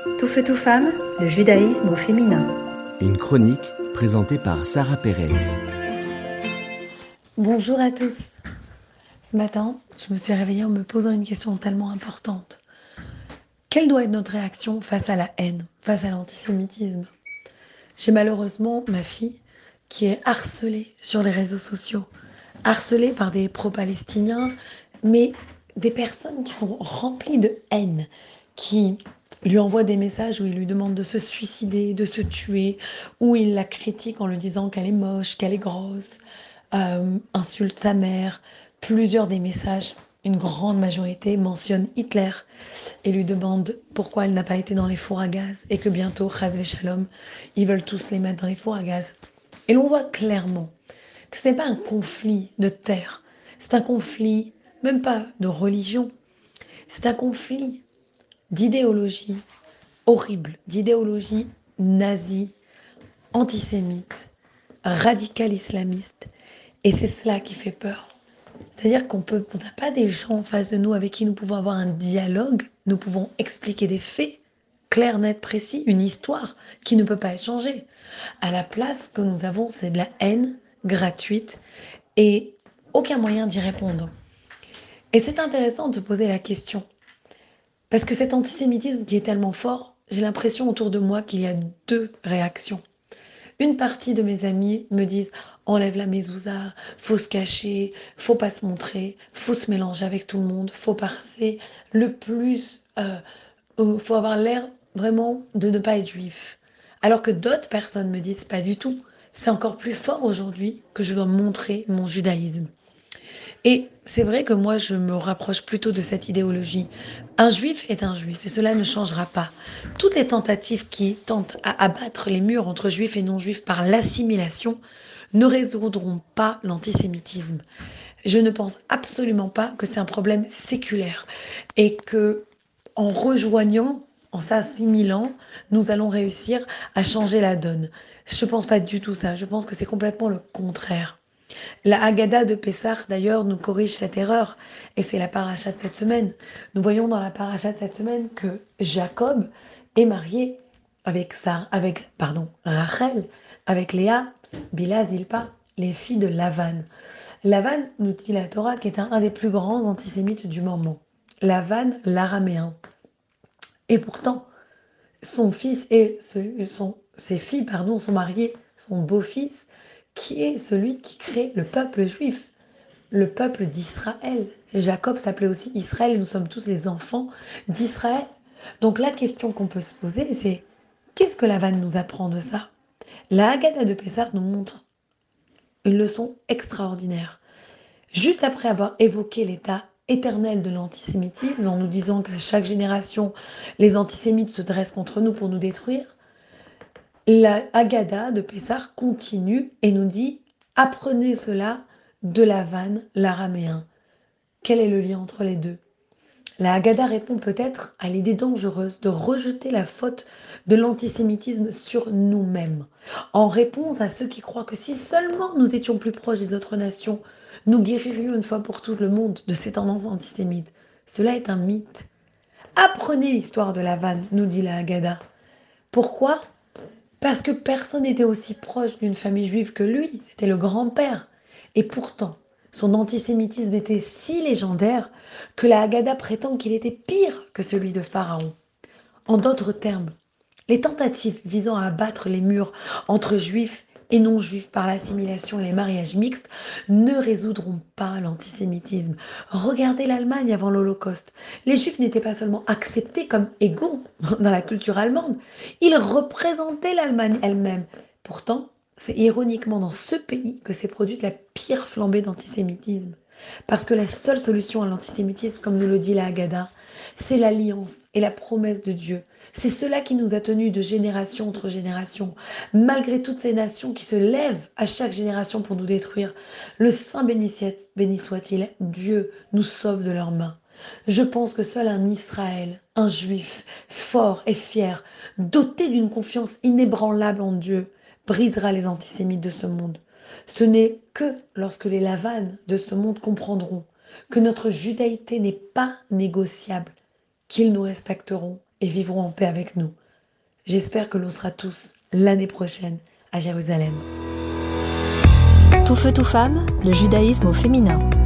Tout feu tout femme, le judaïsme au féminin. Une chronique présentée par Sarah Pérez. Bonjour à tous. Ce matin, je me suis réveillée en me posant une question tellement importante. Quelle doit être notre réaction face à la haine, face à l'antisémitisme? J'ai malheureusement ma fille qui est harcelée sur les réseaux sociaux, harcelée par des pro-palestiniens, mais des personnes qui sont remplies de haine, qui lui envoient des messages où ils lui demandent de se suicider, de se tuer, où ils la critiquent en lui disant qu'elle est moche, qu'elle est grosse, insulte sa mère. Plusieurs des messages, une grande majorité, mentionnent Hitler et lui demandent pourquoi elle n'a pas été dans les fours à gaz et que bientôt, chas shalom, ils veulent tous les mettre dans les fours à gaz. Et l'on voit clairement que ce n'est pas un conflit de terre, c'est un conflit même pas de religion, c'est un conflit d'idéologie horrible, d'idéologie nazie, antisémite, radicale islamiste. Et c'est cela qui fait peur. C'est-à-dire on n'a pas des gens en face de nous avec qui nous pouvons avoir un dialogue, nous pouvons expliquer des faits clairs, nets, précis, une histoire qui ne peut pas être changée. À la place, ce que nous avons, c'est de la haine gratuite et aucun moyen d'y répondre. Et c'est intéressant de se poser la question. Parce que cet antisémitisme qui est tellement fort, j'ai l'impression autour de moi qu'il y a deux réactions. Une partie de mes amis me disent enlève la mezouza, faut se cacher, faut pas se montrer, faut se mélanger avec tout le monde, faut passer le plus, faut avoir l'air vraiment de ne pas être juif. Alors que d'autres personnes me disent pas du tout. C'est encore plus fort aujourd'hui que je dois montrer mon judaïsme. Et c'est vrai que moi, je me rapproche plutôt de cette idéologie. Un juif est un juif et cela ne changera pas. Toutes les tentatives qui tentent à abattre les murs entre juifs et non-juifs par l'assimilation ne résoudront pas l'antisémitisme. Je ne pense absolument pas que c'est un problème séculaire et que en rejoignant, en s'assimilant, nous allons réussir à changer la donne. Je ne pense pas du tout ça. Je pense que c'est complètement le contraire. La Haggadah de Pessah, d'ailleurs, nous corrige cette erreur, et c'est la paracha de cette semaine. Nous voyons dans la paracha de cette semaine que Jacob est marié avec Rachel, avec Léa, Bila, Zilpa, les filles de Lavan. Lavan, nous dit la Torah, qui est un des plus grands antisémites du moment. Lavan, l'araméen. Et pourtant, son fils et ses filles, sont mariés, son beau-fils, qui est celui qui crée le peuple juif, le peuple d'Israël. Jacob s'appelait aussi Israël et nous sommes tous les enfants d'Israël. Donc la question qu'on peut se poser, c'est qu'est-ce que Lavan nous apprend de ça? La Haggadah de Pessah nous montre une leçon extraordinaire. Juste après avoir évoqué l'état éternel de l'antisémitisme, en nous disant qu'à chaque génération, les antisémites se dressent contre nous pour nous détruire, la Haggadah de Pessah continue et nous dit « Apprenez cela de Lavan, l'araméen ». Quel est le lien entre les deux? La Haggadah répond peut-être à l'idée dangereuse de rejeter la faute de l'antisémitisme sur nous-mêmes, en réponse à ceux qui croient que si seulement nous étions plus proches des autres nations, nous guéririons une fois pour toutes le monde de ces tendances antisémites. Cela est un mythe. Apprenez l'histoire de Lavan, nous dit la Haggadah. Pourquoi? Parce que personne n'était aussi proche d'une famille juive que lui, c'était le grand-père. Et pourtant, son antisémitisme était si légendaire que la Haggadah prétend qu'il était pire que celui de Pharaon. En d'autres termes, les tentatives visant à abattre les murs entre juifs et non-juifs par l'assimilation et les mariages mixtes ne résoudront pas l'antisémitisme. Regardez l'Allemagne avant l'Holocauste. Les juifs n'étaient pas seulement acceptés comme égaux dans la culture allemande, ils représentaient l'Allemagne elle-même. Pourtant, c'est ironiquement dans ce pays que s'est produite la pire flambée d'antisémitisme. Parce que la seule solution à l'antisémitisme, comme nous le dit la Haggadah, c'est l'alliance et la promesse de Dieu. C'est cela qui nous a tenus de génération entre génération. Malgré toutes ces nations qui se lèvent à chaque génération pour nous détruire, le Saint béni soit-il, Dieu nous sauve de leurs mains. Je pense que seul un Israël, un juif, fort et fier, doté d'une confiance inébranlable en Dieu, brisera les antisémites de ce monde. Ce n'est que lorsque les lavanes de ce monde comprendront que notre judaïté n'est pas négociable qu'ils nous respecteront et vivront en paix avec nous. J'espère que l'on sera tous l'année prochaine à Jérusalem. Tout feu, tout femme, le judaïsme au féminin.